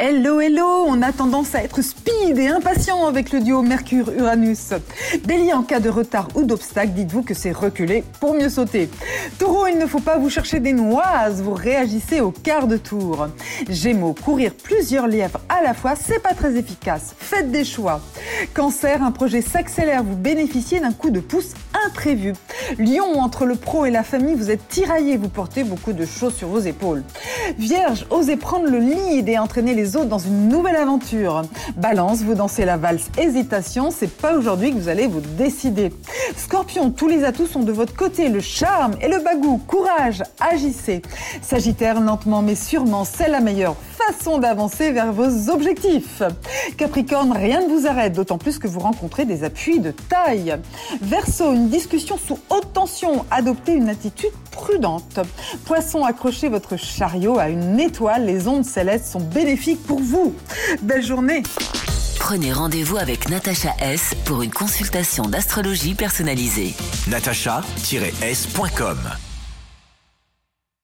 Hello, hello, on a tendance à être speed et impatient avec le duo Mercure-Uranus. Bélier, en cas de retard ou d'obstacle, dites-vous que c'est reculer pour mieux sauter. Taureau, il ne faut pas vous chercher des noises, vous réagissez au quart de tour. Gémeaux, courir plusieurs lièvres à la fois, c'est pas très efficace. Faites des choix. Cancer, un projet s'accélère, vous bénéficiez d'un coup de pouce imprévu. Lion, entre le pro et la famille, vous êtes tiraillé, vous portez beaucoup de choses sur vos épaules. Vierge, osez prendre le lead et entraîner les autres dans une nouvelle aventure. Balance, vous dansez la valse hésitation, c'est pas aujourd'hui que vous allez vous décider. Scorpion, tous les atouts sont de votre côté, le charme et le bagou, courage, agissez. Sagittaire, lentement mais sûrement, c'est la meilleure façon d'avancer vers vos objectifs. Capricorne, rien ne vous arrête, d'autant plus que vous rencontrez des appuis de taille. Verseau, une discussion sous haute tension, adoptez une attitude prudente. Poisson, accrochez votre chariot à une étoile, les ondes célestes sont bénéfiques pour vous. Belle journée. Prenez rendez-vous avec Natacha S pour une consultation d'astrologie personnalisée. natacha-s.com